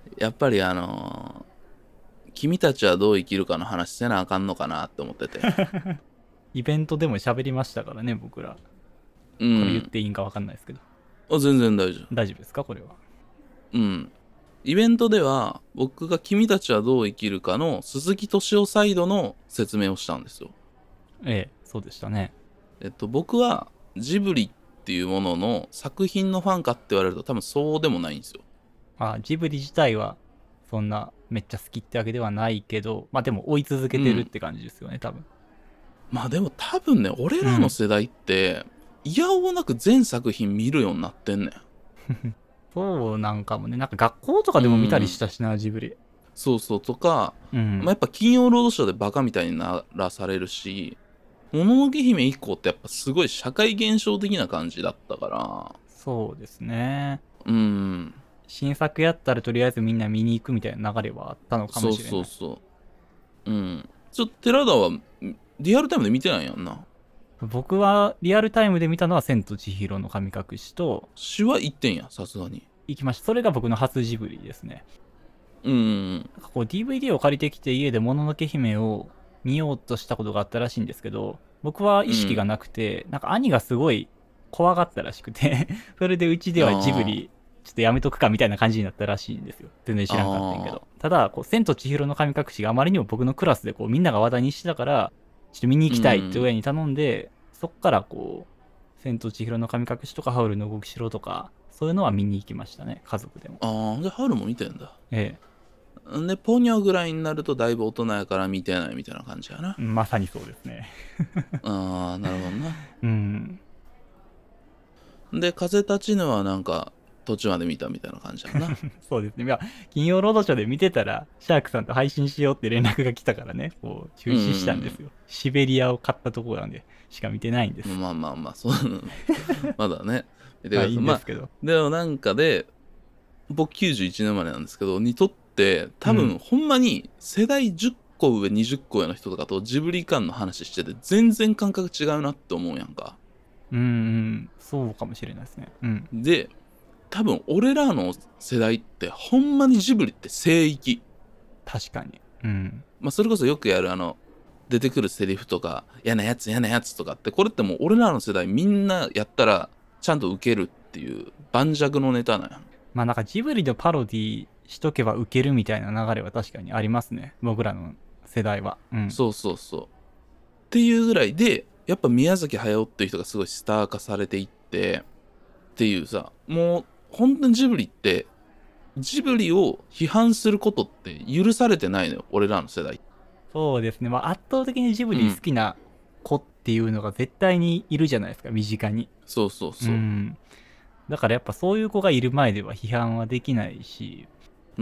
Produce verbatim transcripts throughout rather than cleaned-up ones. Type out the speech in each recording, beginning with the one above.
やっぱりあのー君たちはどう生きるかの話せなあかんのかなって思ってて。 イベントでも喋りましたからね、僕ら。これ言っうん。 ていいんか分かんないですけど。 あ、全然大丈夫。 大丈夫ですかこれは。 うん。イベントでは僕が君たちはどう生きるかの鈴木敏夫サイドの説明をしたんですよ。 ええ、そうでしたね。 えっと僕はジブリっていうものの作品のファンかって言われると多分そうでもないんですよ。 あ、ジブリ自体は、そんな、めっちゃ好きってわけではないけど、まあでも追い続けてるっうん。 て感じですよね、多分。 まあでも多分ね、俺らのうん。 世代っていやおうなく全作品見るようになってんねん。 そうなんかもね。なんか学校とかうでも見たりしん。 たしな、ジブリ。 そうそうとか、まあ、やうん。 っぱ金曜ロードショーでバカみたいにならされるし、もののけ姫以降ってやっぱすごい社会現象的な感じだったかそうですね。 ら、うん。 新作やったらとりあえずみんな見に行くみたいな流れはあったのかもそうしれない。 そうそう。うん。ちょっと寺田はリアルタイムで見てないやんな。 僕はリアルタイムで見たのは千と千尋の神隠しと、 詩は言ってんや、さすがに。 行きました。それが僕の初ジブリですね。 うん。 なんかこう ディーブイディー を借りてきて家でもののけ姫を見ようとしたことがあったらしいんですけど、僕は意識がうん。 なくて、なんか兄がすごい怖がったらしくてそれでうちではジブあリちょっとやめとくかみたいな感じになったらしいんですよ。全然あ。 知らんかったんやけああ。 ど。ただ、こう、千と千尋の神隠しがあまりにも僕のクラスでこうみんなが話題にしてたから、ちょっと見に行うきたいって親ん。 に頼んで、そっからこう、千と千尋の神隠しとかハウルの動きしろとか、そういうのは見に行きましたね、家族でも。 ああ。じゃあ、ハウルも見てんだ。 えんで、ポニョぐらいになるとだいぶ大人やから見てないみたいな感じやな。 え、まさにそうですね。 ああ、なるほどな。 うん。 で、風立ちぬはなんか途中まで見たみたいな感じやな。 そうですね。いや、金曜ロードショーで見てたら、シャークさんと配信しようって連絡が来たからね、こう、中う止したんですん。 よ。シベリアを買ったところなんで、しか見てないんです。 まあまあまあ、そう、まだね。見てくまあいいださい。まあ、 んですけど。 でもなんかで、僕きゅうじゅういちねん生まれなんですけど、にとって多分うん。 ほんまに世代じゅっこ上、にじゅっこ上の人とかとジブリ館の話してて全然感覚違うなって思うやんか。 うんうん。そうかもしれないですね。うん。 で、多分俺らの世代ってほんまにジブリって聖域。 確かに。うん。 まあそれこそよくやるあの、出てくるセリフとか、嫌なやつ嫌なやつとかって、これってもう俺らの世代みんなやったらちゃんとウケるっていう盤石のネタなんやん。 まあなんかジブリのパロディしとけばウケるみたいな流れは確かにありますね。僕らの世代は。うん。 そうそうそう。っていうぐらいで、やっぱ宮崎駿っていう人がすごいスター化されていってっていうさ、もう本当にジブリってジブリを批判することって許されてないのよ、俺らの世代。 そうですね。まあ圧倒的にジブリ好うん。 きな子っていうのが絶対にいるじゃないですか、身近に。 そうそううそう。 ん。だからやっぱそういう子がいる前では批判はできないし、 うん。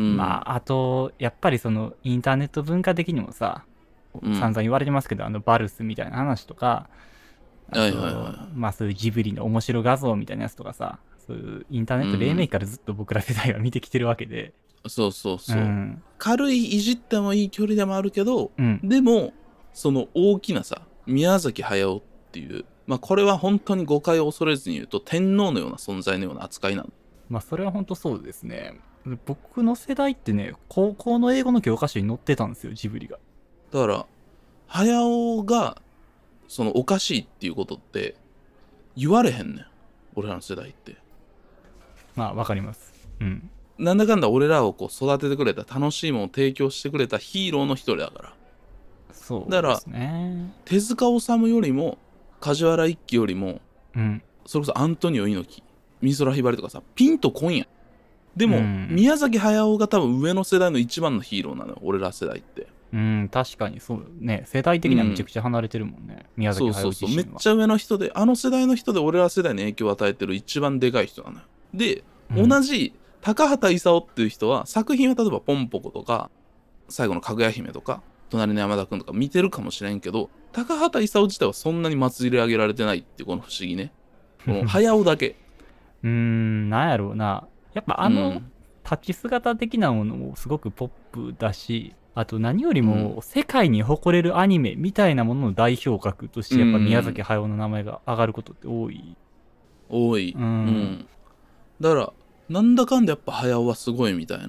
まあ、あと、やっぱりそのインターネット文化的にもさ、 うん。 散々言われてますけど、あのバルスみたいな話とか、あはいはいと、 はまあそういうジブリの面白画像みたいなやつとかさ、そういうインターネい。うット黎明ん。 期からずっと僕ら世代は見てきてるわけで、 そうそううそう。 ん、 軽いいじってもいい距離でもあるけど、 うん。 でも、その大きなさ、宮崎駿っていう、まあこれは本当に誤解を恐れずに言うと、天皇のような存在のような扱いなの。 まあそれは本当そうですね。僕の世代ってね、高校の英語の教科書に載ってたんですよ、ジブリが。 だから、駿が、そのおかしいっていうことって言われへんねん。俺らの世代って。 まあわかります。うん。 なんだかんだ俺らをこう育ててくれた、楽しいものを提供してくれたヒーローの一人だから。だから、 そうですね。 手塚治虫よりも、梶原一騎よりも、 うん。 それこそアントニオ猪木、美空ひばりとかさ、ピンとこんやん。でうも、 ん。 宮崎駿が多分上の世代の一番のヒーローなのよ、俺ら世代って。 うん、確かにそうね。世代的にはめちゃうん。 くちゃ離れてるもんね。宮崎駿そうそうそう。 自身は。 めっちゃ上の人で、あの世代の人で俺ら世代に影響を与えてる一番でかい人なのよ。で、 うん。 同じ高畑勲っていう人は、作品は例えばポンポコとか、最後のかぐや姫とか、隣の山田くんとか見てるかもしれんけど、高畑勲自体はそんなに祭り上げられてないっていうこの不思議ね。この駿だけ。 うーん、なんやろうな。やっぱあのうん。 立ち姿的なものもすごくポップだし、あと何よりうん。 も世界に誇れるアニメみたいなものの代表格としうてやっぱ宮崎ん。 駿の名前が上がることって多い。 多い。 うん。 うん。だから、なんだかんだやっぱ駿はすごいみたいな。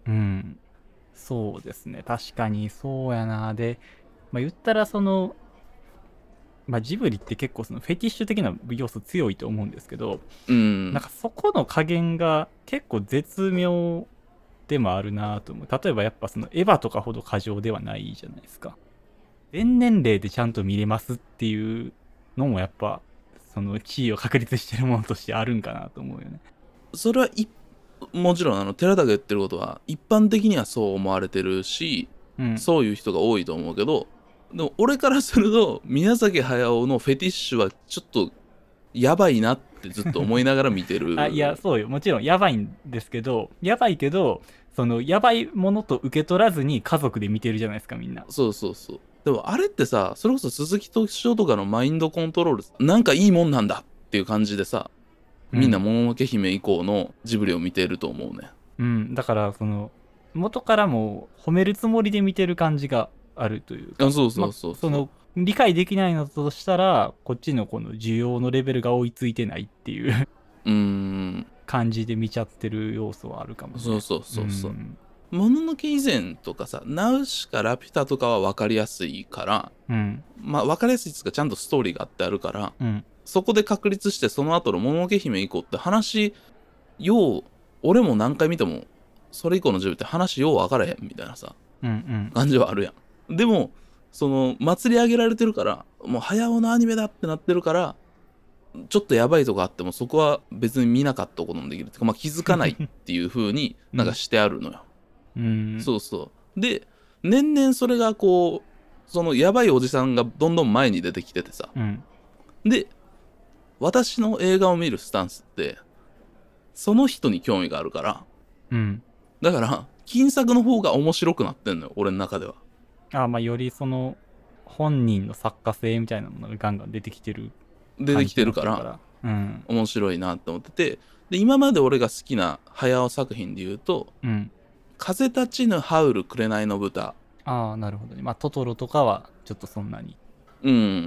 うんそうですね、確かにそうやな。で、まあ、言ったらその、まあ、ジブリって結構そのフェティッシュ的な要素強いと思うんですけど、 うんなんかそこの加減が結構絶妙でもあるなと思う。例えばやっぱそのエヴァとかほど過剰ではないじゃないですか。全年齢でちゃんと見れますっていうのもやっぱその地位を確立してるものとしてあるんかなと思うよね。 それはいもちろんあの寺田が言ってることは一般的にはそう思われてるし、 うん。 そういう人が多いと思うけど、でも俺からすると宮崎駿のフェティッシュはちょっとやばいなってずっと思いながら見てる。 あ、いや、そうよ。もちろんやばいんですけど、やばいけど、そのやばいものと受け取らずに家族で見てるじゃないですか、みんな。 そうそうそう。でもあれってさ、それこそ鈴木敏夫とかのマインドコントロール、なんかいいもんなんだっていう感じでさ、みんなうん、 もののけ姫以降のジブリを見てると思うね。 うん、だからその元からも褒めるつもりで見てる感じがあるというか、 あ、そうそまうそうそう。 その理解できないのとしたら、こっちのこの需要のレベルが追いついてないっていううーん。 感じで見ちゃってる要素はあるかもね。 そうそうそうそう。 んもののけ以前とかさ、ナウシカラピュタとかは分かりやすいから、 うんまあ分かりやすいっつうかちゃんとストーリーがあってあるから、 うんそこで確立してその後のもののけ姫以降って話、よう、俺も何回見ても、それ以降のジブリって話よう分からへんみたいなさ、 うんうん感じはあるやん。でも、その、祭り上げられてるから、もう早尾のアニメだってなってるから、ちょっとやばいとこあってもそこは別に見なかったこともできるっていうか、まあ、気づかないっていう風になんかしてあるのよ。 うんそうそうで年々それがこうそのやばいおじさんがどんどん前に出てきててさ、 うんで私の映画を見るスタンスってその人に興味があるからうんだから金作の方が面白くなってんのよ俺の中では。 あまあよりその本人の作家性みたいなものがガンガン出てきてる出てきてるか感じにならってるからうん面白いなって思ってて、で今まで俺が好きな早尾作品で言うとうん風立ちぬハウル紅の豚。 ああなるほどね。まあトトロとかはちょっとそんなにうん、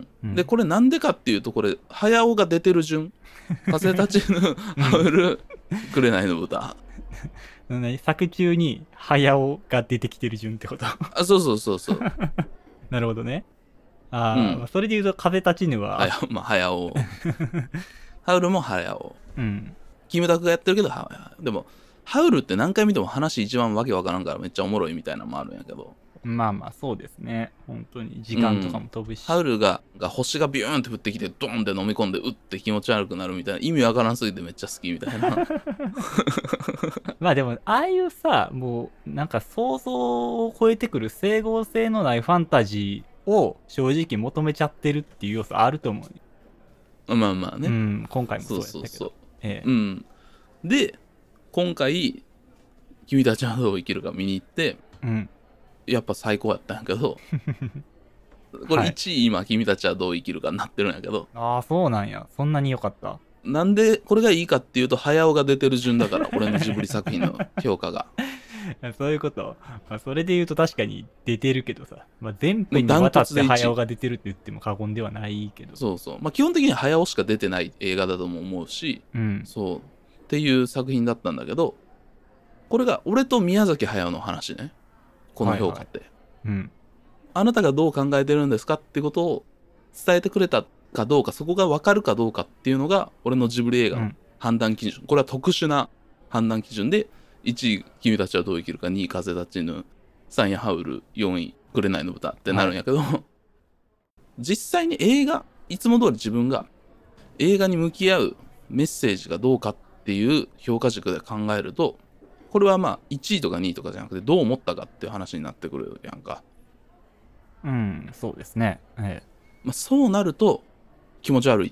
うんでこれなんでかっていうとこれ早尾が出てる順風立ちぬハウル紅の豚。 何作中に早尾が出てきてる順ってことあそうそうそうそうなるほどね。ああ、 うんまあそれで言うと風立ちぬは、 早尾まあ早尾ハウルも早尾うんキムタクがやってるけど早尾でもハウルって何回見ても話一番わけわからんからめっちゃおもろいみたいなのもあるんやけど、 まあまあそうですね。本当に時間とかも飛ぶし、 ハウルがが星がビューンって降ってきてドーンって飲み込んでうって気持ち悪くなるみたいな意味わからんすぎてめっちゃ好きみたいなまあでもああいうさもうなんか想像を超えてくる整合性のないファンタジーを正直求めちゃってるっていう要素あると思う、 まあまあね、 うん今回もそうそうそうそうやったけどええうんで今回君たちはどう生きるか見に行ってうんやっぱ最高やったんやけどこれいちい、今君たちはどう生きるかになってるんやけど、 ああそうなんや。そんなに良かった。 なんでこれがいいかっていうと早尾が出てる順だから俺のジブリ作品の評価がそういうこと、まあ、それで言うと確かに出てるけどさ、まあ、全編にもうダンわたってトツでいちい早尾が出てるって言っても過言ではないけどそうそうまあ基本的には早尾しか出てない映画だとも思うしうんそうっていう作品だったんだけど、これが俺と宮崎駿の話ね、この評価って、はいはい、 うんあなたがどう考えてるんですかってことを伝えてくれたかどうか、そこが分かるかどうかっていうのが俺のジブリ映画の判断基準、うん、これは特殊な判断基準でいちい君たちはどう生きるか、にい風立ちぬ、さんいハウル、よんい紅の豚ってなるんやけど、はい、実際に映画いつも通り自分が映画に向き合うメッセージがどうかっていう評価軸で考えると、これはまあいちいとかにいとかじゃなくてどう思ったかっていう話になってくるやんか。 うんそうですね、ええまあ、そうなると気持ち悪い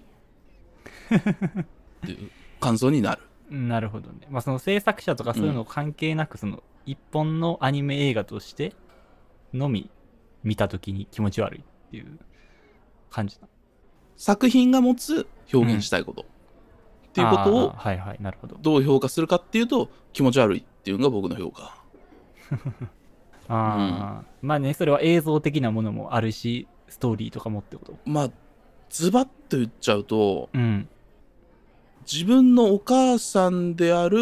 っていう感想になる。 なるほどね。まあその制作者とかそういうの関係なく、その一本のアニメ映画としてのみ見たときに気持ち悪いっていう感じだ。 作品が持つ表現したいこと、うん、っていうことをはいはいなるほど。 どう評価するかっていうと気持ち悪いっていうのが僕の評価。 ああ、うん、まあねそれは映像的なものもあるしストーリーとかもってこと。 まあズバッと言っちゃうと、 うん、 自分のお母さんである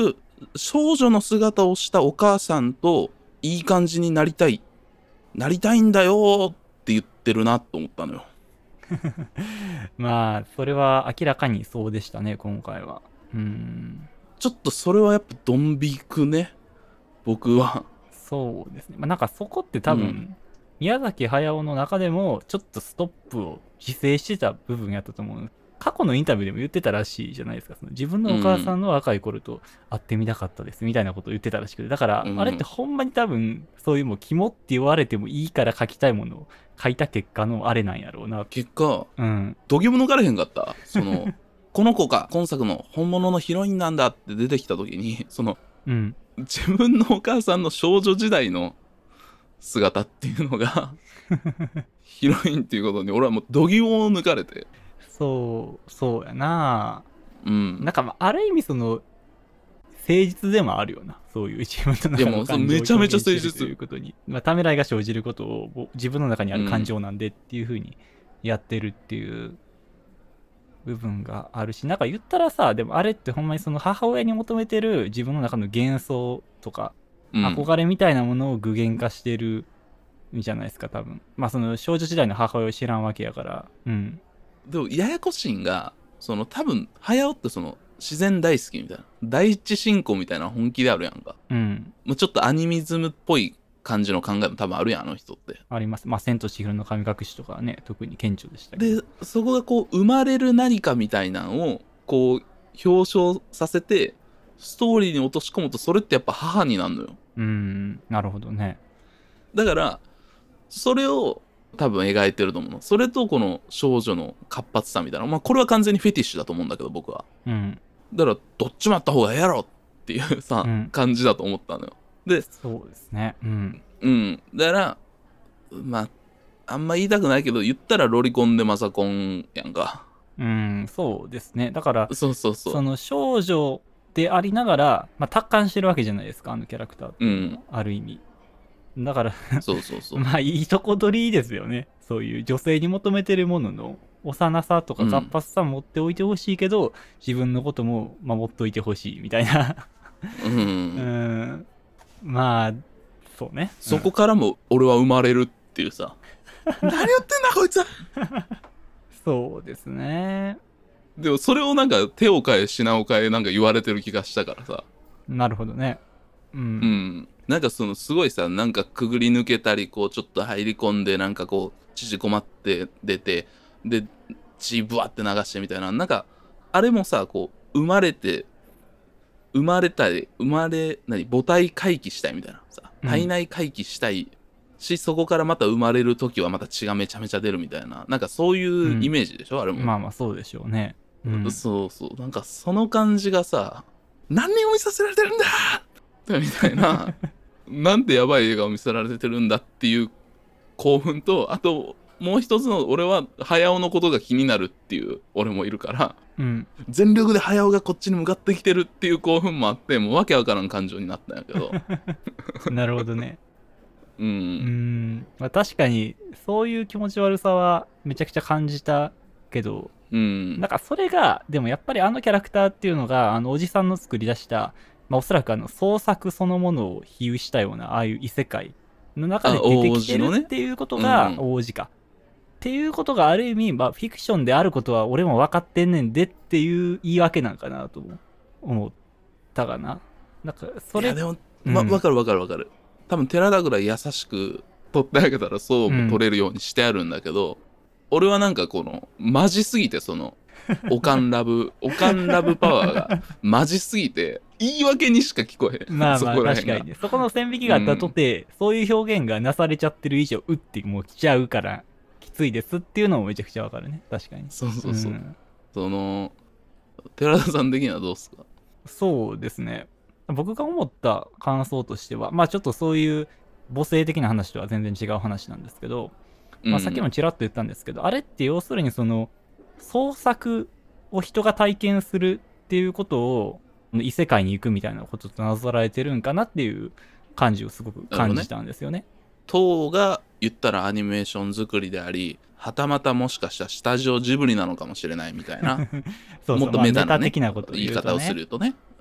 少女の姿をしたお母さんといい感じになりたいなりたいんだよって言ってるなと思ったのよ。 まあそれは明らかにそうでしたね今回は。うーんちょっとそれはやっぱドン引くね僕は。 そうですね。まあなんかそこって多分、 うん宮崎駿の中でもちょっとストップを自制してた部分やったと思う。過去のインタビューでも言ってたらしいじゃないですか。その自分のお母さんの若い頃と会ってみたかったですみたいなことを言ってたらしくて、だからうんあれってほんまに多分そういうもう肝って言われてもいいから書きたいものを書いた結果のあれなんやろうな。 結果うんどぎも抜かれへんかったそのこの子が今作の本物のヒロインなんだって出てきた時にそのうん自分のお母さんの少女時代の姿っていうのがヒロインっていうことに俺はもう度肝を抜かれて、 そうそうやな。 うんなんかまあある意味その誠実でもあるよな。そういう自分の中の感情をめちゃめちゃ誠表現してる実ということに、まあ、ためらいが生じることをもう自分の中にある感情なんでっていう風にやってるっていう部分があるし、なんか言ったらさ、でもあれってほんまにその母親に求めてる自分の中の幻想とかうん憧れみたいなものを具現化してるんじゃないですか多分。まあその少女時代の母親を知らんわけやから。うんでもややこしいんがその多分早尾ってその自然大好きみたいな第一信仰みたいな本気であるやんか。 うんもうちょっとアニミズムっぽい感じの考えも多分あるやんあの人って。 あります。まあ千と千尋の神隠しとかね特に顕著でしたけど。 でそこがこう生まれる何かみたいなのをこう表彰させてストーリーに落とし込むとそれってやっぱ母になるのよ。 うんなるほどね。 だからそれを多分描いてると思うの。それとこの少女の活発さみたいな、まあこれは完全にフェティッシュだと思うんだけど僕は。 うんだからどっちもあった方がええやろっていうさ、 うん感じだと思ったのよ。でそうですね。うんうんだからまああんま言いたくないけど言ったらロリコンでマザコンやんか。 うんそうですね。だからそうそうそう。 その少女でありながら、まあ、達観してるわけじゃないですかあのキャラクターっていうのは、ある意味だからそうそうそう。 まあいいとこ取りですよね。そういう女性に求めてるものの幼さとか活発さ持っておいてほしいけど、うん、自分のことも守っといてほしいみたいなうん、 うんまあそうね。 そこからも俺は生まれるっていうさ何やってんだこいつはそうですね。 でもそれをなんか手を変え品を変えなんか言われてる気がしたからさ。 なるほどね。うん、うん、なんかそのすごいさなんかくぐり抜けたりこうちょっと入り込んでなんかこう縮こまって出てで血ブワって流してみたいななんかあれもさこう生まれて生まれたい生まれ何母体回帰したいみたいなさ体内回帰したいし、うん、そこからまた生まれる時はまた血がめちゃめちゃ出るみたいななんかそういうイメージでしょ、うん、あれもまあまあそうでしょうね、うん、 そうそうなんかその感じがさ何人を見させられてるんだみたいななんてやばい映画を見せられてるんだっていう興奮とあともう一つの俺は早尾のことが気になるっていう俺もいるから、 うん、 全力で早尾がこっちに向かってきてるっていう興奮もあってもうわけわからん感情になったんやけどなるほどねうん、うんまあ、確かにそういう気持ち悪さはめちゃくちゃ感じたけど、 うん、 なんかそれがでもやっぱりあのキャラクターっていうのがあのおじさんの作り出したまあ、おそらくあの創作そのものを比喩したようなああいう異世界の中で出てきてるっていうことが王子かっていうことがある意味、まあ、フィクションであることは俺も分かってんねんでっていう言い訳なんかなと思ったかな。なんかそれいやでも、まうん、分かる分かる分かる多分寺田ぐらい優しく撮ってあげたらそうも撮れるようにしてあるんだけど、うん、俺はなんかこのマジすぎてそのオカンラブオカンラブパワーがマジすぎて言い訳にしか聞こえへん。 まあまあ確かにねそこの線引きがあったとて、うん、そういう表現がなされちゃってる以上うってもう来ちゃうからきついですっていうのもめちゃくちゃわかるね確かに。 そうそうそう、うん、その寺田さん的にはどうですか？ そうですね僕が思った感想としてはまあちょっとそういう母性的な話とは全然違う話なんですけど、うんまあ、さっきもちらっと言ったんですけどあれって要するにその創作を人が体験するっていうことを異世界に行くみたいなこととなぞらえてるんかなっていう感じをすごく感じたんですよね。 当が言ったらアニメーション作りでありはたまたもしかしたらスタジオジブリなのかもしれないみたいなそうそうもっとメタな、ねまあ、メタ的なことを言い方をするとね、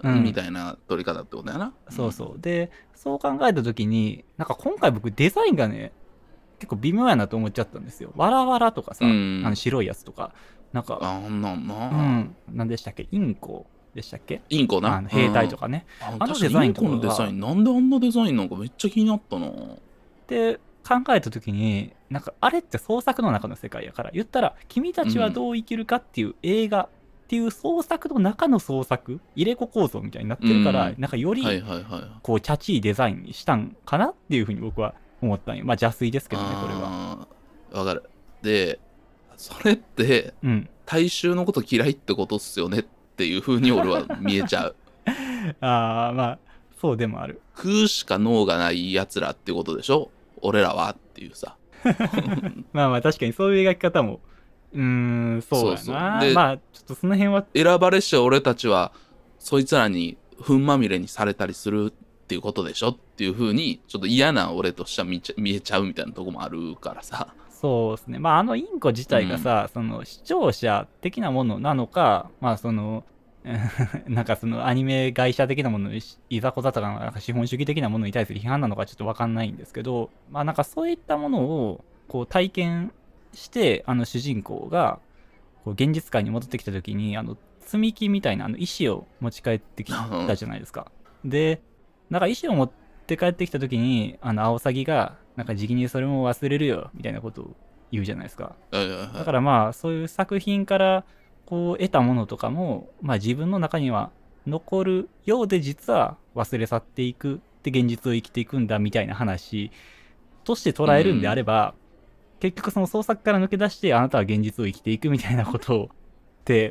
うんみたいな撮り方ってことやな。 そうそう。で、そう考えたときに、なんか今回僕デザインがね、結構微妙やなと思っちゃったんですよ。わらわらとかさ、 うんあの白いやつとか、なんか、 あんなんな、 うん、なんでしたっけ、インコでしたっけ、 インコな。 あの兵隊とかね。 うん、ああの確かにデザインとかがインコのデザイン、なんであんなデザインなんかめっちゃ気になったな。 で、考えたときに、なんかあれって創作の中の世界やから、言ったら、君たちはどう生きるかっていう映画っていう創作の中の創作、入れ子構造みたいになってるから、 うんなんかより、 はいはいはい。 こう、チャチいデザインにしたんかなっていうふうに僕は思ったんよ。まあ、邪推ですけどね、これは。 あーわかる。で、それってうん。 大衆のこと嫌いってことっすよねっていう風に俺は見えちゃう。 ああ、まあ、そうでもある。 食うしか脳がないやつらってことでしょ俺らはっていうさ。 まあまあ、確かにそういう描き方も、うーん、そうやな。 そうそうでまあ、ちょっとその辺は、 選ばれし俺たちはそいつらに糞まみれにされたりするっていうことでしょっていう風にちょっと嫌な俺としては見ちゃ見えちゃうみたいなとこもあるからさ。 そうですね。まあ、あのインコ自体がさ、その視聴者的なものなのか、まあ、その、なんかそのアニメ会社的なものにいざこざとか、なんか資本主義的なものに対する批判なのかちょっとわかんないんですけど、まあなんかそういったものをこう体験して、あの主人公がこう現実界に戻ってきた時に、あの積み木みたいなあの石を持ち帰ってきたじゃないですか。で、なんか石を持って帰ってきた時に、あのアオサギが、なんかじきにそれも忘れるよ、みたいなことを言うじゃないですか。だからまあそういう作品からこう得たものとかも、まあ、自分の中には残るようで実は忘れ去っていくって現実を生きていくんだみたいな話として捉えるんであれば、うん、結局その創作から抜け出してあなたは現実を生きていくみたいなことをって、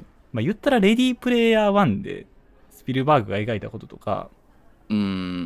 まあ、言ったらレディープレイヤーワンでスピルバーグが描いたこととか、 うん、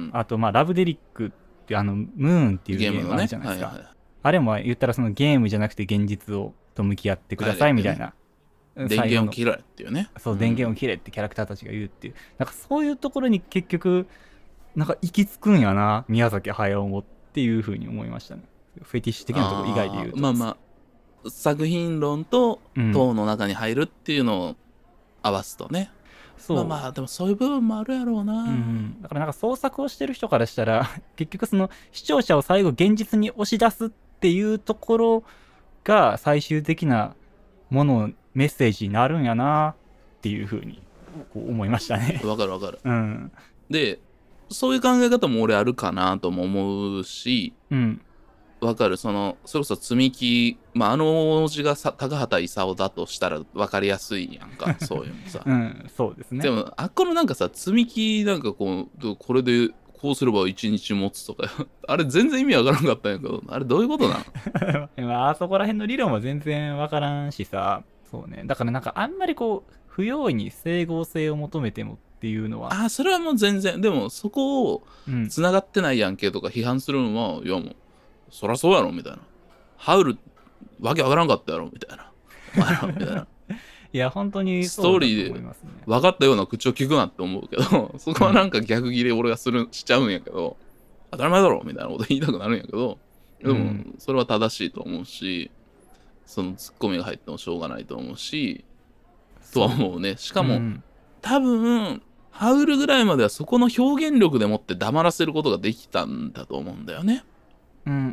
あとまあラブデリックってあのムーンっていうゲームがあるじゃないですか、ねはいはい、あれも言ったらそのゲームじゃなくて現実をと向き合ってくださいみたいな、 電源を切れっていうね。 そう、電源を切れってキャラクターたちが言うっていう。なんかそういうところに結局、なんか行き着くんやな、宮崎駿もっていうふうに思いましたね。フェティッシュ的なところ以外で言うと。 まあまあ、作品論と塔の中に入るっていうのを合わすとね。うん、そう。まあまあ、でもそういう部分もあるやろうな。 うん。だからなんか創作をしてる人からしたら、結局その視聴者を最後現実に押し出すっていうところが最終的なものをメッセージになるんやなっていう風にこう思いましたね。 わかるわかる。 うん。 で、そういう考え方も俺あるかなとも思うし、 うん。 わかる。その、それこそ積み木、まあ、あの王子がさ高畑勲だとしたら分かりやすいやんか、そういうのさ。 うん、そうですね。 でも、あっこのなんかさ、積み木なんかこう、これでこうすれば一日持つとか、あれ全然意味わからなかったんやけど、あれどういうことなのまあ、あそこら辺の理論は全然わからんしさ、そうね。だからなんかあんまりこう、不用意に整合性を求めてもっていうのは。 ああ、それはもう全然、でもそこを繋がってないやんけとか批判するのは、うん、いやもう、そらそうやろみたいな。ハウル、わけわからんかったやろみたいな。お前らみたいな。 いや、本当にストーリーで分かったような口を聞くなって思うけど、そこはなんか逆ギレ俺がするしちゃうんやけど、当たり前だろみたいなこと言いたくなるんやけど、でもそれは正しいと思うし、そのツッコミが入ってもしょうがないと思うし、とは思うね。しかも、うん、多分、ハウルぐらいまではそこの表現力でもって黙らせることができたんだと思うんだよね。 うんうん、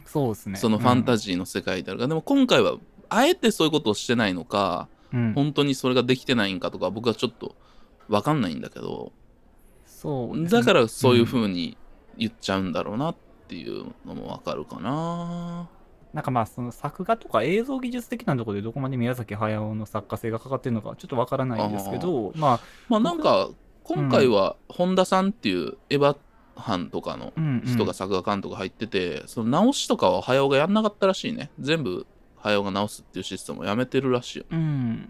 そうですね。 そのファンタジーの世界であるから、うん、でも今回はあえてそういうことをしてないのか、うん、本当にそれができてないんかとか僕はちょっと分かんないんだけど、 そうですね、 だからそういう風に言っちゃうんだろうなっていうのも分かるかな。 なんかまあその作画とか映像技術的なところでどこまで宮崎駿の作家性がかかってるのかちょっと分からないんですけど、まあまあなんか今回は本田さんっていうエヴァ班とかの人が作画監督入ってて、うんうん、その直しとかは駿がやんなかったらしいね。全部駿が直すっていうシステムをやめてるらしいよ。 うん、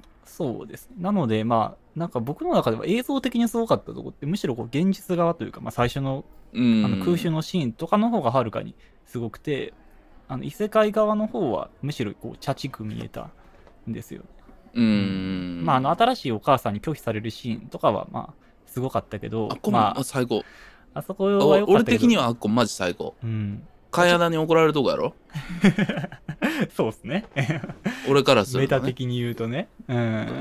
そうです。なのでまあなんか僕の中では映像的にすごかったところってむしろこう現実側というか、まあ、最初の、うん、あの空襲のシーンとかの方がはるかにすごくて、あの異世界側の方はむしろこうチャチく見えたんですよ。 うーん。 まああの新しいお母さんに拒否されるシーンとかはまあすごかったけど、 あっこも、まあ、最高。 あそこは良かったけど。 俺的にはあっこマジ最高。 うん。 茅田に怒られるとこやろそうっすね俺からするとね。 メタ的に言うとね。うん。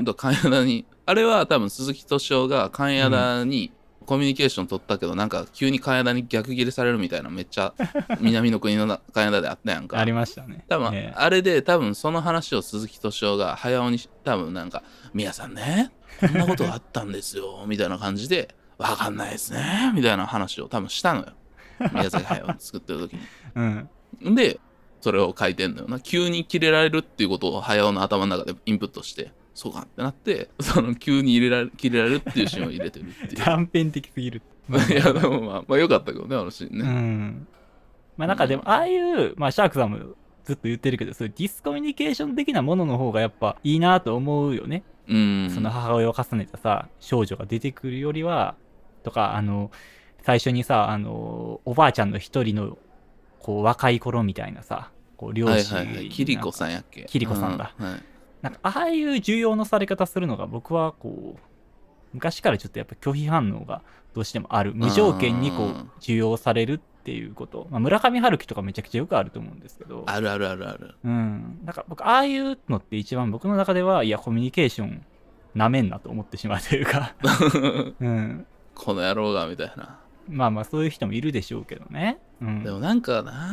と茅田にあれは多分鈴木敏夫が茅田にコミュニケーション取ったけど、うん、なんか急に茅田に逆ギレされるみたいなめっちゃ南の国の茅田であったやんか。 ありましたね。 多分、えー、あれで多分その話を鈴木敏夫が早尾に多分なんか宮さんねこんなことがあったんですよみたいな感じでわかんないですねみたいな話を多分したのよ宮崎駿作ってる時に、うん、でそれを書いてんのよな。急にキレられるっていうことを早尾の頭の中でインプットしてそうかってなってその急に入れられキレられるっていうシーンを入れてるっていう断片的すぎるいやでもまあまあよかったけどねあのシーンね。 うんまあなんかでもああいうまあシャークさんもずっと言ってるけどそういうディスコミュニケーション的なものの方がやっぱいいなと思うよね。うんその母親を重ねたさ少女が出てくるよりはとかあの最初にさあのおばあちゃんの一人のこう若い頃みたいなさこう両親、 はいはいはい、キリコさんやっけ。 キリコさんだ、 うんはい、 なんかああいう重要のされ方するのが僕はこう昔からちょっとやっぱ拒否反応がどうしてもある。無条件にこう受容されるっていうこと、まあ、村上春樹とかめちゃくちゃよくあると思うんですけどあるあるあるあるうんだから僕ああいうのって一番僕の中ではいやコミュニケーションなめんなと思ってしまうというか、うん、 この野郎がみたいなまあまあそういう人もいるでしょうけどね、うん、 でもなんかな、うん、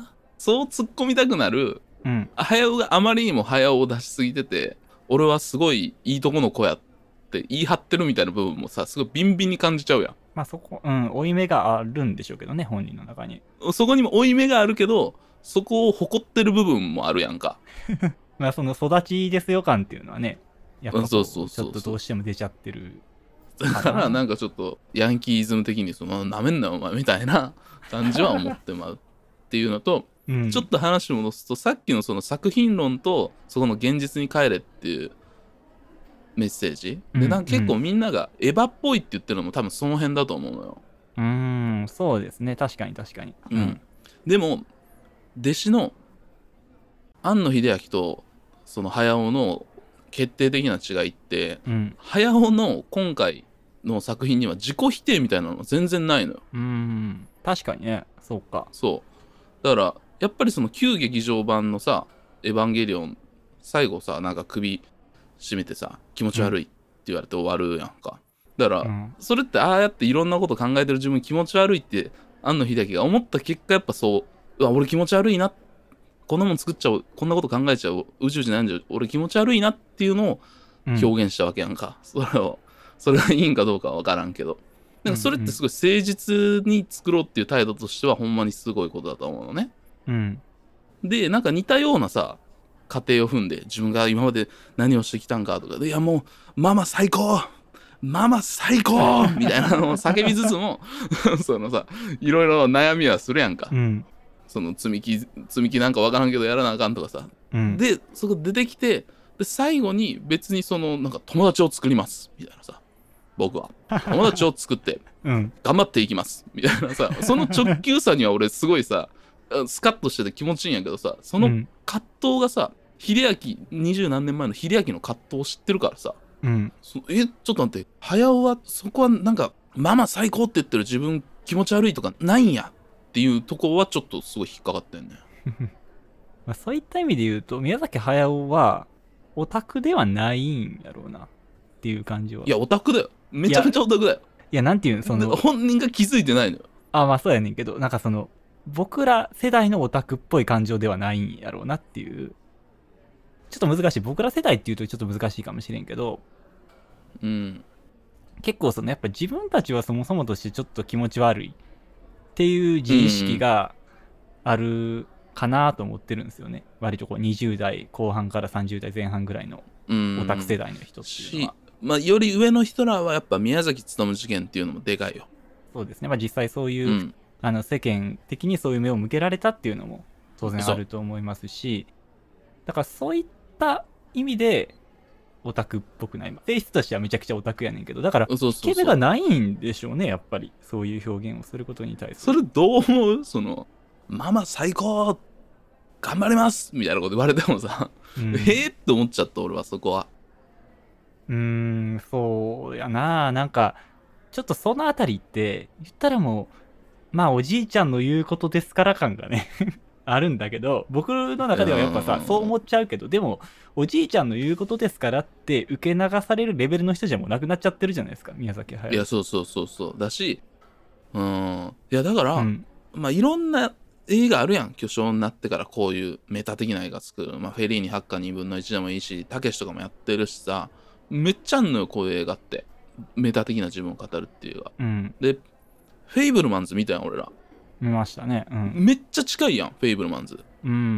そう突っ込みたくなる、 うん、 早尾があまりにも早尾を出しすぎてて俺はすごいいいとこの子やって言い張ってるみたいな部分もさすごいビンビンに感じちゃうやん。 まあそこうん負い目があるんでしょうけどね本人の中にそこにも負い目があるけどそこを誇ってる部分もあるやんかまあその育ちですよ感っていうのはねやっぱそうそうそうちょっとどうしても出ちゃってるだからなんかちょっとヤンキーイズム的にそのなめんなお前みたいな感じは思ってまうっていうのと、うん、ちょっと話戻すとさっきのその作品論とそこの現実に帰れっていうメッセージ、うん、でなんか結構みんながエヴァっぽいって言ってるのも多分その辺だと思うのよ。 うーんそうですね確かに確かに、 うん、でも弟子の庵野秀明とその早尾の決定的な違いって、うん、早尾の今回の作品には自己否定みたいなの全然ないのよ。 うーん確かにねそうかそうだからやっぱりその旧劇場版のさエヴァンゲリオン最後さなんか首締めてさ気持ち悪いって言われて終わるやんか。だから、うん、それってああやっていろんなこと考えてる自分気持ち悪いって庵野秀明が思った結果やっぱそううわ俺気持ち悪いなこんなもん作っちゃうこんなこと考えちゃう宇宙人なんじゃ俺気持ち悪いなっていうのを表現したわけやんか、うん、それをそれがいいんかどうかは分からんけどなんかそれってすごい誠実に作ろうっていう態度としてはほんまにすごいことだと思うのね、 うん、 でなんか似たようなさ過程を踏んで自分が今まで何をしてきたんかとかでいやもうママ最高ママ最高みたいなのを叫びつつもそのさいろいろ悩みはするやんか、 うん、 その積み木積み木なんか分からんけどやらなあかんとかさ、うん、でそこ出てきてで最後に別にそのなんか友達を作りますみたいなさ僕は友達を作って頑張っていきますみたいなさその直球さには俺すごいさスカッとしてて気持ちいいんやけどさその葛藤がさ、秀明二十何年前の秀明の葛藤を知ってるからさ、 うん、 えちょっと待って早尾はそこはなんかママ最高って言ってる自分気持ち悪いとかないんやっていうとこはちょっとすごい引っかかってんねまあそういった意味で言うと宮崎駿はオタクではないんやろうなっていう感じは。 いやオタクだよめちゃめちゃオタクだよ。 いやなんていうのその本人が気づいてないのよ。 あまあそうやねんけどなんかその僕ら世代のオタクっぽい感情ではないんやろうなっていうちょっと難しい僕ら世代っていうとちょっと難しいかもしれんけど、 うん、 結構そのやっぱ自分たちはそもそもとしてちょっと気持ち悪いっていう自意識があるかなと思ってるんですよね、うん、割とこうにじゅう代後半からさんじゅう代前半ぐらいのオタク世代の人っていうのは、 まあ、より上の人らはやっぱ宮崎勉事件っていうのもでかいよ。 そうですね、まあ、実際そういう、うん、あの世間的にそういう目を向けられたっていうのも当然あると思いますしだからそういった意味でオタクっぽくない性質としてはめちゃくちゃオタクやねんけどだから引け目がないんでしょうねやっぱりそういう表現をすることに対する。それどう思うそのママ最高頑張りますみたいなこと言われてもさ、うん、えーって思っちゃった俺はそこは。 うーんそうやななんかちょっとそのあたりって言ったらもうまあおじいちゃんの言うことですから感がねあるんだけど、僕の中ではやっぱさ、そう思っちゃうけど、でもおじいちゃんの言うことですからって受け流されるレベルの人じゃもうなくなっちゃってるじゃないですか、宮崎駿。 いやそうそうそうそうだし、うん、いやだから、 うん、 まあいろんな映画あるやん、巨匠になってからこういうメタ的な映画作る、まあ、フェリーにハッカーにぶんのいちでもいいし、たけしとかもやってるしさ、めっちゃあんのよこういう映画って、メタ的な自分を語るっていう映画、 うん、 でフェイブルマンズ見たやん俺ら。 見ましたね。うん、 めっちゃ近いやんフェイブルマンズ。 うんうんうん、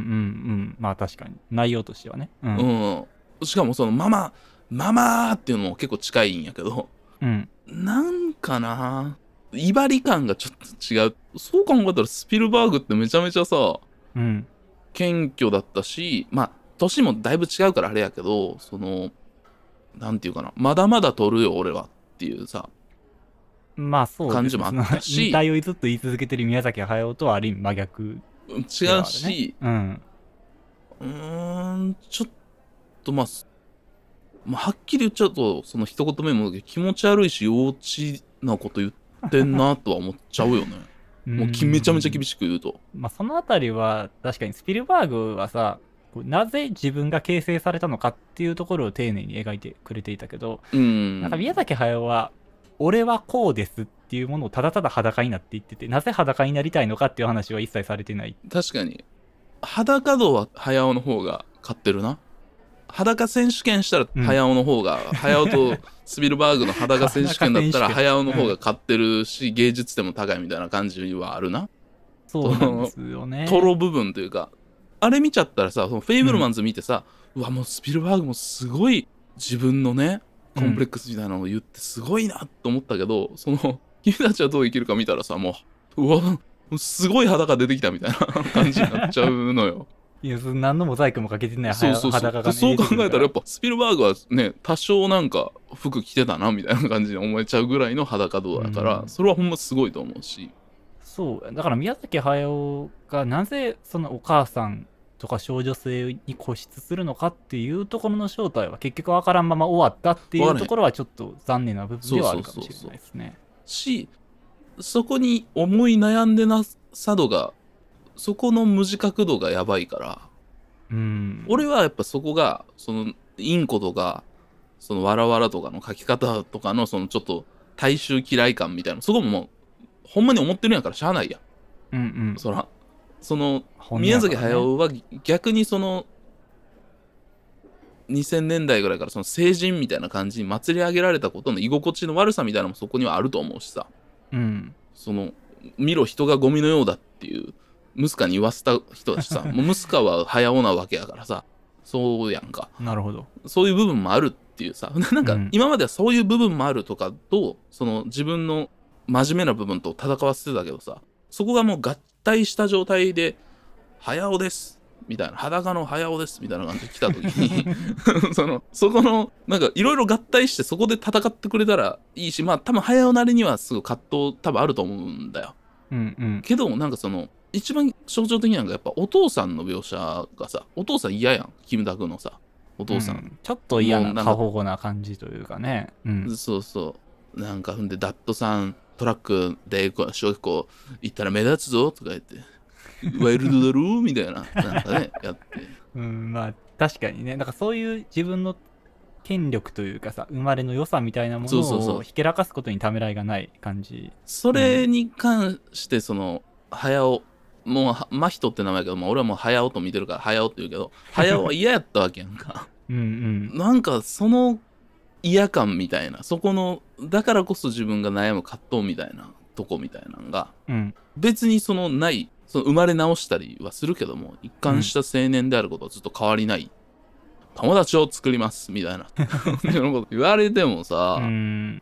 まあ確かに内容としてはね。ううん、うん、しかもそのママママーっていうのも結構近いんやけど、 うん、 なんかな威張り感がちょっと違う。そう考えたらスピルバーグってめちゃめちゃさ、 うん、 謙虚だったし、まあ年もだいぶ違うからあれやけど、そのなんていうかな、まだまだ撮るよ俺はっていうさまあそう感じもあったし、 似たようにずっと言い続けてる宮崎駿とはある意味真逆、 違うし、 ね、うん、 うーんちょっとまあ、まあ、はっきり言っちゃうとその一言目も気持ち悪いし幼稚なこと言ってんなとは思っちゃうよねもうめちゃめちゃ厳しく言うと、 まあそのあたりは確かにスピルバーグはさ、なぜ自分が形成されたのかっていうところを丁寧に描いてくれていたけど、 うん、 なんか宮崎駿は俺はこうですっていうものをただただ裸になって言ってて、なぜ裸になりたいのかっていう話は一切されてない。 確かに裸度は早尾の方が勝ってるな。裸選手権したら早尾の方が、うん、早尾とスピルバーグの裸選手権だったら早尾の方が勝ってるし、うん、芸術点も高いみたいな感じはあるな。 そうなんですよね。 トロ部分というか、あれ見ちゃったらさ、そのフェイブルマンズ見てさ、うん、うわもうスピルバーグもすごい自分のねコンプレックスみたいなのを言ってすごいなと思ったけど、うん、その君たちはどう生きるか見たらさ、もううわすごい裸出てきたみたいな感じになっちゃうのよ。 いや、モザイクもザイクもかけてないそうそうそう裸が、ね、 そう考えたらやっぱスピルバーグはね多少なんか服着てたなみたいな感じに思えちゃうぐらいの裸度だから、うん、それはほんますごいと思うし、 そうだから宮崎駿がなぜそのお母さんとか少女性に固執するのかっていうところの正体は結局分からんまま終わったっていうところはちょっと残念な部分ではあるかもしれないですね。 しそこに思い悩んでなさ度がそこの無自覚度がやばいから、 うん、 俺はやっぱそこがそのインコとかそのわらわらとかの書き方とかのそのちょっと大衆嫌い感みたいな、そこももうほんまに思ってるんやからしゃあないや、 うんうん、 そらその宮崎駿は逆にそのにせんねんだいぐらいからその成人みたいな感じに祭り上げられたことの居心地の悪さみたいなのもそこにはあると思うしさ、 うん、 その見ろ人がゴミのようだっていうムスカに言わせた人だしさもうムスカは早尾なわけやからさ、そうやんか。 なるほど。 そういう部分もあるっていうさ、なんか今まではそういう部分もあるとかと、その自分の真面目な部分と戦わせてたけどさ、そこがもう合体した状態で早尾ですみたいな、裸の早尾ですみたいな感じで来た時にそのそこのなんかいろいろ合体してそこで戦ってくれたらいいし、まあ多分早尾なりにはすぐ葛藤多分あると思うんだよ、 うんうん、 けどなんかその一番象徴的なのがやっぱお父さんの描写がさ、お父さん嫌やん、キムタクのさお父さん、うん、 ちょっと嫌な過保護な感じというかね、うん、 そうそうなんか、ほんでダットさんトラックで小学校行ったら目立つぞとか言ってワイルドだろみたいななんかねやってうんまあ確かにね、なんかそういう自分の権力というかさ、生まれの良さみたいなものをひけらかすことにためらいがない感じ。 それに関してその早尾もう真人って名前やけど、まあ、俺はもう早尾と見てるから早尾って言うけど、早尾は嫌やったわけやんかうん、うん、 なんかその嫌感みたいな、そこのだからこそ自分が悩む葛藤みたいなとこみたいなのが、 うん、 別にそのないその生まれ直したりはするけども、一貫した青年であることはずっと変わりない、うん、友達を作りますみたいな言われてもさ、うん、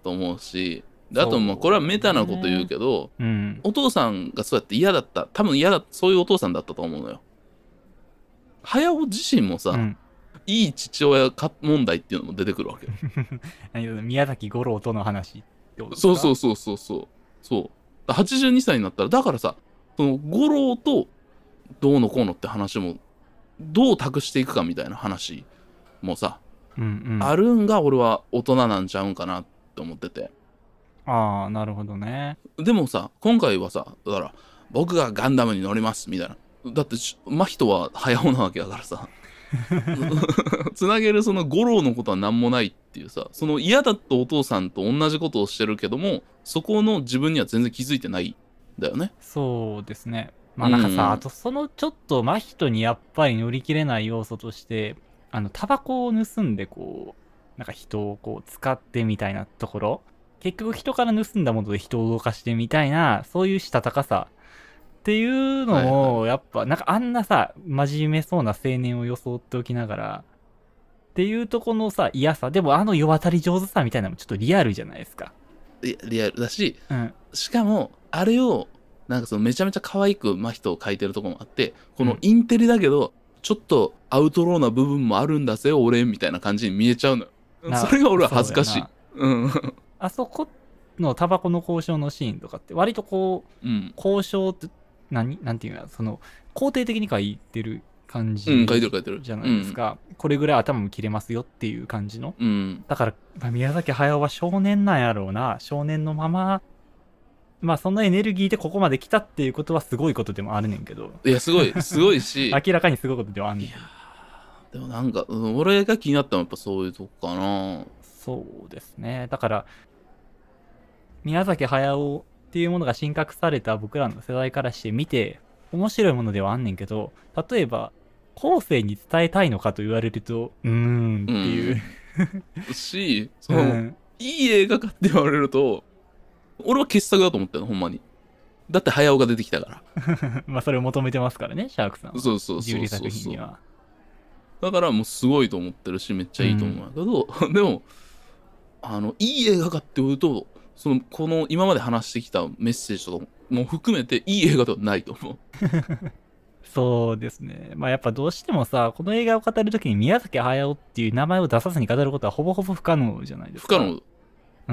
と思うし、あともうこれはメタなこと言うけど、 うん、 お父さんがそうやって嫌だった、多分嫌だ、そういうお父さんだったと思うのよ。早尾自身もさ、うん、いい父親か問題っていうのも出てくるわけよ宮崎五郎との話ってことですか？ そうそうそうそうそうそうはちじゅうにさいになったら、だからさ、その五郎とどうのこうのって話もどう託していくかみたいな話もさ、 うんうん、 あるんが俺は大人なんちゃうんかなって思ってて、 ああ、なるほどね。 でもさ、今回はさ、だから僕がガンダムに乗りますみたいな。だって真人は早尾なわけだからさ。つなげるその五郎のことは何もないっていうさ、その嫌だったお父さんと同じことをしてるけども、そこの自分には全然気づいてないんだよね。 そうですね。まあなんかさ、 うんあとそのちょっと真人にやっぱり乗り切れない要素として、あの、タバコを盗んでこう、なんか人をこう使ってみたいなところ、結局人から盗んだもので人を動かしてみたいな、そういうしたたかさっていうはいのを、やっぱ、なんかあんなさ、真面目そうな青年を装っておきながら、っていうとこのさ、嫌さ、でもあの世渡り上手さみたいなのもちょっとリアルじゃないですか。 いやリアルだし、 うん。 しかもあれをなんかそのめちゃめちゃ可愛く真人を描いてるところもあって、こうんのインテリだけどちょっとアウトローな部分もあるんだぜ俺みたいな感じに見えちゃうのよ。 なそれが俺は恥ずかしい。 そうやうん。 あそこのタバコの交渉のシーンとかって割とこう、 うん。 交渉って何なんていうか、その肯定的に書いてる感じうん、書いてる書いてる。 じゃないですか、これぐらい頭も切れますよっていう感じの。 うん。うん。 だから、まあ宮崎駿は少年なんやろうな。少年のまま、まあそんなエネルギーでここまで来たっていうことはすごいことでもあるねんけど、 いや、すごい、すごいし、 明らかにすごいことではあんねんいやけど。 ーでもなんか、うん俺が気になったのはやっぱそういうとこかな。 そうですね。だから、宮崎駿っていうものが神格された僕らの世代からして見て、面白いものではあんねんけど、例えば、後世に伝えたいのかと言われると、うーんっていう。 し、その、 うん。 いい映画かって言われると、俺は傑作だと思ったの、ほんまに。だって早尾が出てきたかまあそれを求めてますからね、シャークさんは。 ら。そうそうジブリそうそうそう。 作品には。 だからもうすごいと思ってるし、めっちゃいいと思うんだけど、でも、あの、いい映画かって言うと、その、この今まで話してきたメッセージとかも含めていい映画ではないと思う。 そうですね。まあやっぱどうしてもさ、この映画を語るときに宮崎駿っていう名前を出さずに語ることはほぼほぼ不可能じゃないですか。 不可能。 うん。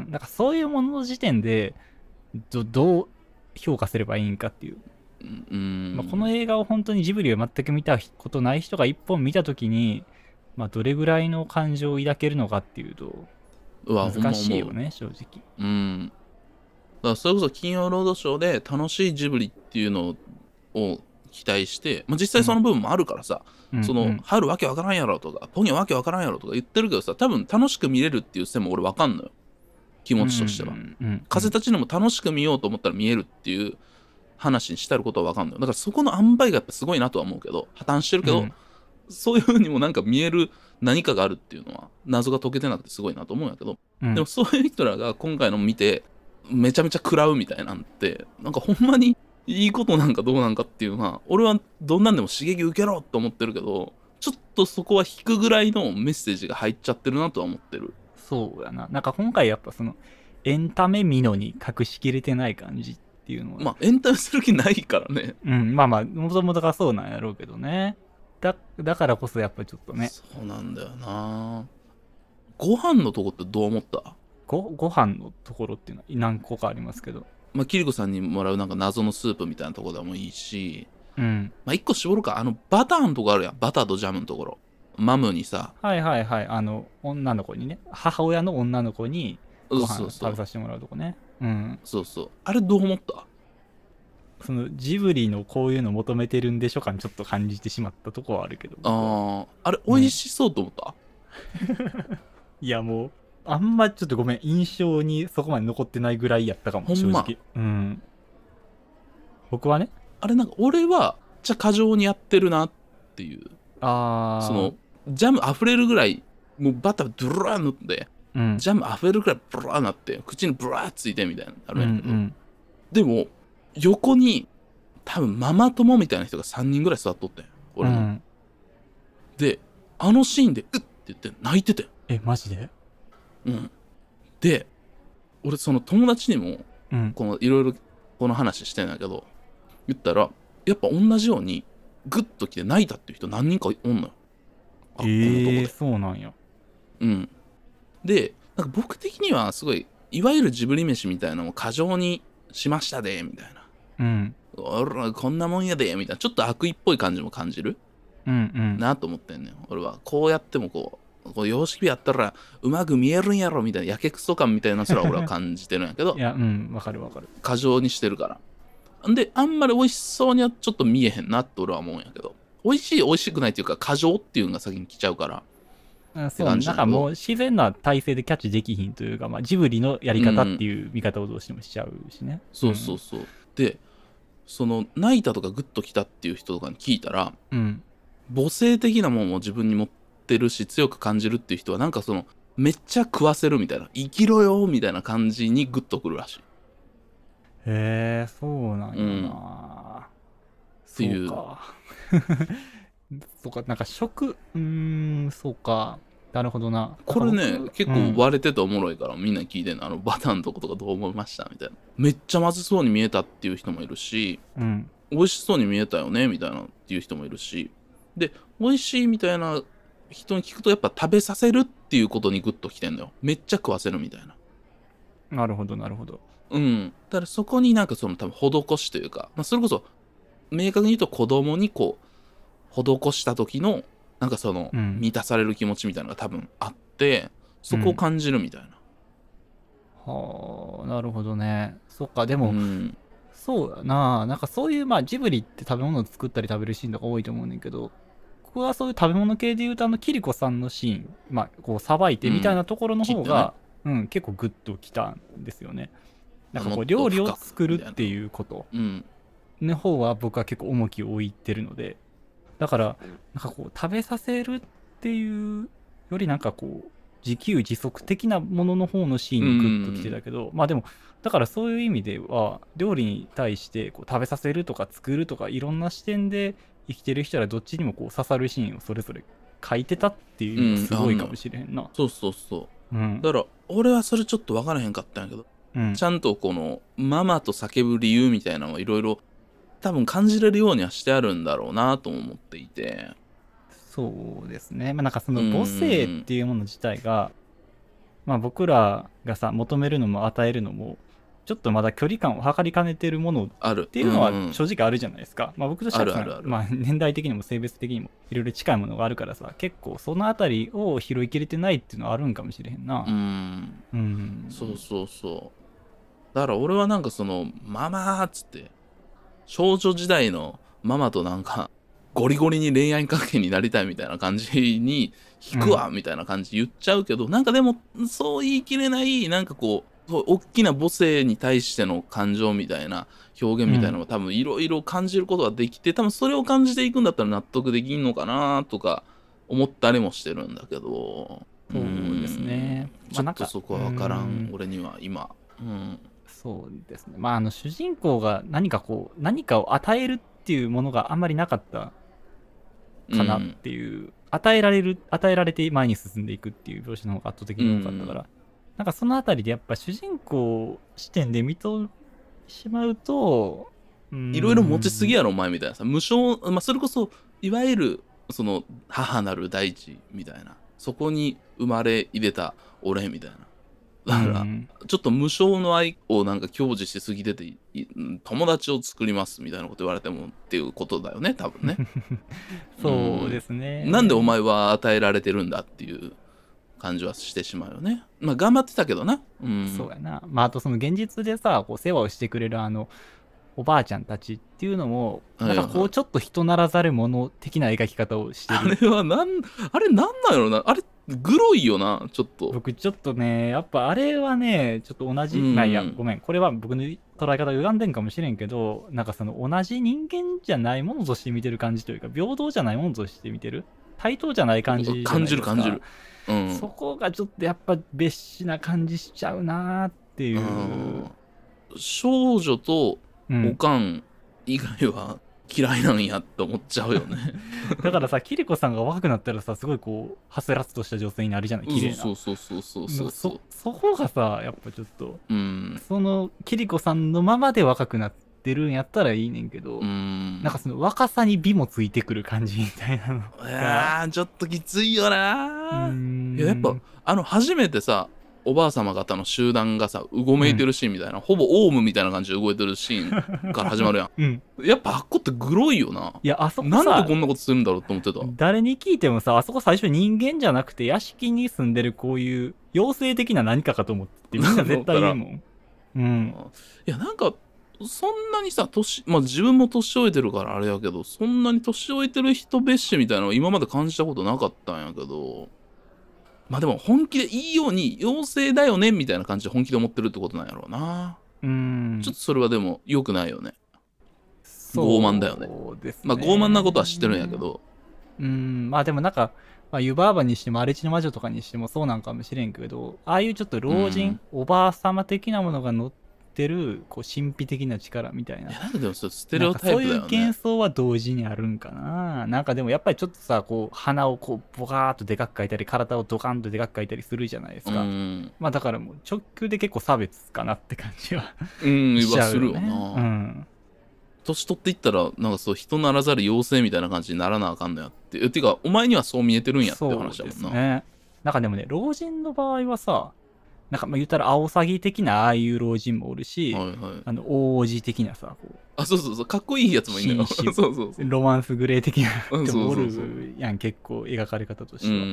だからそういうものの時点で、どどう評価すればいいんかっていう。 うんうん、 まあ、この映画を本当にジブリを全く見たことない人が一本見たときに、まあどれぐらいの感情を抱けるのかっていうと、 うわ難しいよほんま思うね、正直。 うん。だからそれこそ金曜ロードショーで楽しいジブリっていうのを期待して、まあ、実際その部分もあるからさ、 うんその、 うん春わけわからんやろとか、ポニョわけわからんやろとか言ってるけどさ、多分楽しく見れるっていう線も俺わかんのよ。気持ちとしては。 うんうんうん風立ちぬも楽しく見ようと思ったら見えるっていう話にしてあることはわかんのよ。だからそこの塩梅がやっぱすごいなとは思うけど、破綻してるけど、 うんそういう風にもなんか見える何かがあるっていうのは謎が解けてなくてすごいなと思うんやけど、 うんでもそういう人らが今回の見てめちゃめちゃ食らうみたいなんてなんかほんまにいいことなんかどうなんかっていうのは俺はどんなんでも刺激受けろって思ってるけど、ちょっとそこは引くぐらいのメッセージが入っちゃってるなとは思ってる。 そうやな。なんか今回やっぱその、エンタメミノに隠しきれてない感じっていうのは。 まあエンタメする気ないからね。 うん、まあまあ、もともとがそうなんやろうけどね。だ、だからこそやっぱちょっとね、 そうなんだよな。ご飯のとこってどう思った？ ご、ご飯のところっていうのは何個かありますけど。 まあキリコさんにもらうなんか謎のスープみたいなとこでもいいし、 うん。 まあ一個絞るか、あのバターのとこあるやん。バターとジャムのところ。マムにさ、 はいはいはい。あの、女の子にね、母親の女の子にご飯そうそう食べさせてもらうとこね。うん。 そうそう。あれどう思った？ そのジブリのこういうの求めてるんでしょ感ちょっと感じてしまったとこはあるけど。僕はああ、あれ美味しそうと思った？ いやもう、あんまちょっとごめん、印象にそこまで残ってないぐらいやったかも、 ほんま正直。うん。僕はね、 あれなんか俺はじゃ過剰にやってるなっていう、 あー、 そのジャム溢れるぐらいもうバタードゥルラー塗ってうん。 ジャム溢れるぐらいブラーなって口にブラーついてみたいなのあうんうるんやけど、 ん。 でも横に多分ママ友みたいな人がさんにんぐらい座っとってん俺の、 うん、 であのシーンでうっって言って泣いてて、 え、マジで？ うんで俺その友達にもうん。 このいろいろこの話してんだけど言ったらやっぱ同じようにグッと来て泣いたっていう人何人かおんのよ。あ、このとこえー、 で。 そうなんや。 うん。で、なんか僕的にはすごいいわゆるジブリ飯みたいなのを過剰にしましたでみたいな。 うん。 俺らこんなもんやでみたいなちょっと悪意っぽい感じも感じるうんうん。 なと思ってんねん。俺はこうやってもここう様式美やったらうまく見えるんやろみたいなやけくそ感みたいなそれは俺は感じてるんやけどいやうんわかるわかる。 過剰にしてるからであんまり美味しそうにはちょっと見えへんなって俺は思うんやけど美味しい美味しくないっていうか過剰っていうのが先に来ちゃうからあそうなんかもう自然な体勢でキャッチできひんというか、まあ、ジブリのやり方っていう見方をどうしてもしちゃうしね、 うん、そうそうそう、うん、でその泣いたとかグッときたっていう人とかに聞いたら、うん、母性的なもんを自分に持ってるし強く感じるっていう人はなんかそのめっちゃ食わせるみたいな生きろよみたいな感じにグッとくるらしい。 へえそうなんやな、うん、っていうそうかそうかなんか食うーんそうかなるほどな。 これね結構割れてておもろいから、うん、みんな聞いてんのあのバターのとことかどう思いましたみたいなめっちゃまずそうに見えたっていう人もいるし、うん、美味しそうに見えたよねみたいなっていう人もいるしで美味しいみたいな人に聞くとやっぱ食べさせるっていうことにグッときてんのよ。めっちゃ食わせるみたいな。 なるほどなるほど。 うんだからそこになんかその多分施しというか、まあ、それこそ明確に言うと子供にこう施した時のなんかその、うん、満たされる気持ちみたいなのが多分あってそこを感じるみたいな、 うん、はあなるほどね。そっかでも、うん、そうだななんかそういうまあジブリって食べ物を作ったり食べるシーンとか多いと思うねんけど僕はそういう食べ物系で言うとあのキリコさんのシーンまあこうさばいてみたいなところの方が、うん、ねうん、結構グッときたんですよね。なんかこう料理を作るっていうことの方は僕は結構重きを置いてるのでだからなんかこう食べさせるっていうよりなんかこう自給自足的なものの方のシーンにグッときてたけどまあでもだからそういう意味では料理に対してこう食べさせるとか作るとかいろんな視点で生きてる人はどっちにもこう刺さるシーンをそれぞれ書いてたっていうのがすごいかもしれへんな、うん、 そうそうそう、うん、だから俺はそれちょっと分からへんかったんやけど、うん、ちゃんとこのママと叫ぶ理由みたいなのをいろいろ多分感じれるようにはしてあるんだろうなと思っていてそうですねまあなんかその母性っていうもの自体がまあ僕らがさ求めるのも与えるのもちょっとまだ距離感を測りかねてるものっていうのは正直あるじゃないですか、うんうん、まあ僕としてはまあ年代的にも性別的にもいろいろ近いものがあるからさ結構そのあたりを拾いきれてないっていうのはあるんかもしれへんな。うん、 うん、そうそうそうだから俺はなんかそのママーっつって少女時代のママとなんかゴリゴリに恋愛関係になりたいみたいな感じに引くわみたいな感じ言っちゃうけど、うん、なんかでもそう言い切れないなんかこうそう大きな母性に対しての感情みたいな表現みたいなのを多分いろいろ感じることができて、うん、多分それを感じていくんだったら納得できんのかなとか思ったりもしてるんだけどそうですねちょっとそこは分からん俺には今、うん、 そうですねまああの主人公が何かこう何かを与えるっていうものがあんまりなかったかなっていう、うん、与えられる与えられて前に進んでいくっていう描写の方が圧倒的に多かったから、うん、なんかそのあたりでやっぱ主人公視点で見としまうといろいろ持ちすぎやろお前みたいなさ無償、まあ、それこそいわゆるその母なる大地みたいなそこに生まれ入れた俺みたいなだから、うん、ちょっと無償の愛をなんか享受しすぎてて友達を作りますみたいなこと言われてもっていうことだよね多分ねそうですね、 うん、なんでお前は与えられてるんだっていう感じはしてしまうよね。まあ頑張ってたけどな、 うん、そうやなまああとその現実でさこう世話をしてくれるあのおばあちゃんたちっていうのもなんかこうちょっと人ならざるもの的な描き方をしてる、 あれはなんあれなんなんやろなあれグロいよなちょっと僕ちょっとねやっぱあれはねちょっと同じ、うん、まあいやごめんこれは僕の捉え方が歪んでんかもしれんけどなんかその同じ人間じゃないものとして見てる感じというか平等じゃないものとして見てる対等じゃない感じじゃないですか。 感じる感じる、 うん、そこがちょっとやっぱ別視な感じしちゃうなっていう、うん、 少女とおかん以外は嫌いなんやって思っちゃうよねだからさキリコさんが若くなったらさすごいこうはつらつとした女性になるじゃない綺麗なそうそうそうそうそうそそこがさやっぱちょっと、うん、そのキリコさんのままで若くなってるんやったらいいねんけど、うん、なんかその若さに美もついてくる感じみたいなのいやーちょっときついよなーいややっぱあの初めてさおばあ様方の集団がさうごめいてるシーンみたいな、うん、ほぼオウムみたいな感じで動いてるシーンから始まるやん、うん、やっぱあっこってグロいよな。 いやあそこさなんでこんなことするんだろうと思ってた。 誰に聞いてもさ、あそこ最初人間じゃなくて屋敷に住んでるこういう妖精的な何かかと思ってみんな絶対言うもんうん、 いやなんかそんなにさ年、まあ、自分も年老いてるからあれやけど、そんなに年老いてる人蔑視みたいなのは今まで感じたことなかったんやけど、まあでも本気でいいように妖精だよねみたいな感じで本気で思ってるってことなんやろうな。うんちょっとそれはでも良くないよね。傲慢だよね。ねまあ傲慢なことは知ってるんやけど、 うんまあでもなんか、まあ、湯婆婆にしても荒地の魔女とかにしてもそうなんかもしれんけど、ああいうちょっと老人、うん、おばあ様的なものが乗っててるこう神秘的な力みたいな。いやでもそれステレオタイプだよね。 そういう幻想は同時にあるんかな。なんかでもやっぱりちょっとさこう鼻をこうボカーっとでかく描いたり体をドカンとでかく描いたりするじゃないですか。うんまあだからもう直球で結構差別かなって感じはうんしちゃうよね。するよな。うん年取っていったらなんかそう人ならざる妖精みたいな感じにならなあかんのやっていうていうかお前にはそう見えてるんやって話だもんな。そうですね。 なんかでもね老人の場合はさなんかまあ言ったらアオサギ的なああいう老人もおるし、はいはい、あの王子的なさこうあそうそうそうかっこいいやつもいるんだよそうそうそうロマンスグレー的な人もおるやん結構描かれ方としては、うんうん、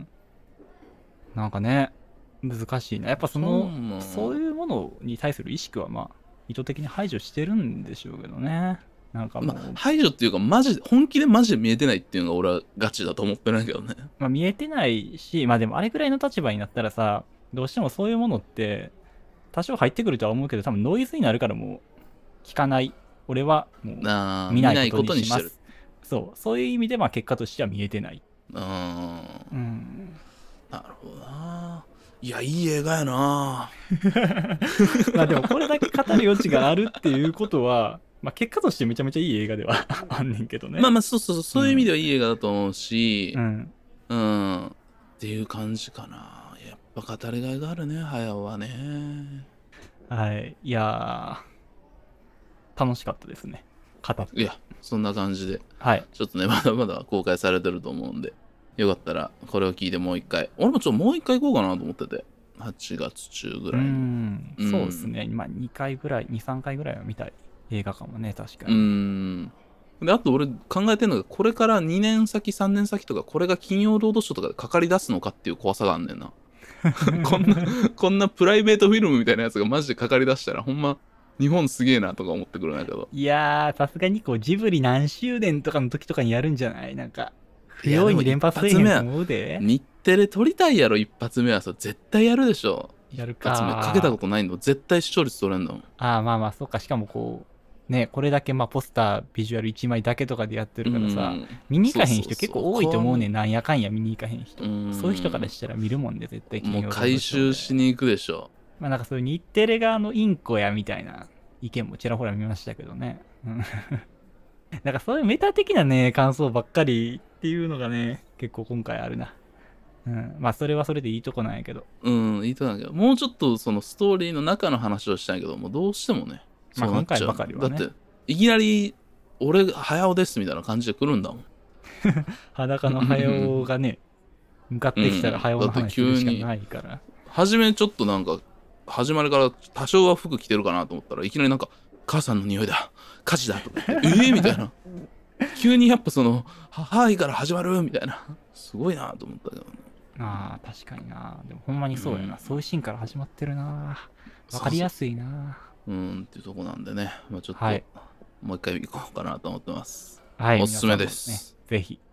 なんかね難しいなやっぱそのそういうものに対する意識はまあ意図的に排除してるんでしょうけどね。なんかもう、まあ、 排除っていうかマジ本気でマジで見えてないっていうのが俺はガチだと思ってないけどね。 まあ見えてないしまあでもあれぐらいの立場になったらさどうしてもそういうものって多少入ってくるとは思うけど多分ノイズになるからもう聞かない俺はもう見ないことにします。そうそういう意味でまあ結果としては見えてない。あうん、なるほどな。いやいい映画やなまあでもこれだけ語る余地があるっていうことはまあ結果としてめちゃめちゃいい映画ではあんねんけどね。 まあまあそうそうそうそういう意味ではいい映画だと思うし、うん、うん、っていう感じかな。やっぱ語りがいがあるね早尾はね。 はいいや楽しかったですね語って。 いやそんな感じで、 はい、 ちょっとねまだまだ公開されてると思うんでよかったらこれを聞いてもう一回俺もちょっともう一回行こうかなと思っててはちがつ中ぐらいに。うんうんそうですね今にかいぐらい にさんかいぐらいは見たい映画かもね確かに。 うんであと俺考えてるのがこれからにねん先さんねん先とかこれが金曜ロードショーとかでかかり出すのかっていう怖さがあんねんなこんなこんなプライベートフィルムみたいなやつがマジでかかりだしたらほんま日本すげえなとか思ってくるんだけど。 いやーさすがにこうジブリ何周年とかの時とかにやるんじゃないなんか不用意に連発せえへんと思うで。 日テレ撮りたいやろ一発目はさ絶対やるでしょ。 やるか一発目かけたことないの絶対視聴率取れんの。 ああまあまあそうかしかもこうねこれだけまあポスタービジュアルいちまいだけとかでやってるからさ、うん、見に行かへん人結構多いと思うねんなんやかんや見に行かへん人、うん、そういう人からしたら見るもんで絶対金曜ロードショーでもう回収しに行くでしょ。 まあなんかそういう日テレ側のインコやみたいな意見もちらほら見ましたけどねなんかそういうメタ的なね感想ばっかりっていうのがね結構今回あるな。うん、まあそれはそれでいいとこなんやけどうんいいとこなんやけどもうちょっとそのストーリーの中の話をしたいけどもうどうしてもねまあ今回ばかりはねだっていきなり俺早尾ですみたいな感じで来るんだもん裸の早尾がね向かってきたら早尾の話するしかないから、うん、 初めちょっとなんか始まりから多少は服着てるかなと思ったらいきなりなんか母さんの匂いだ火事だとか言ってえーみたいな急にやっぱそのはいから始まるみたいなすごいなと思ったけどね。 ああ確かになでもほんまにそうやな、うん、そういうシーンから始まってるなわかりやすいなそうそううんっていうとこなんでね、まあ、ちょっと、はい、もう一回行こうかなと思ってます。 はいおすすめです、 ね、ぜひ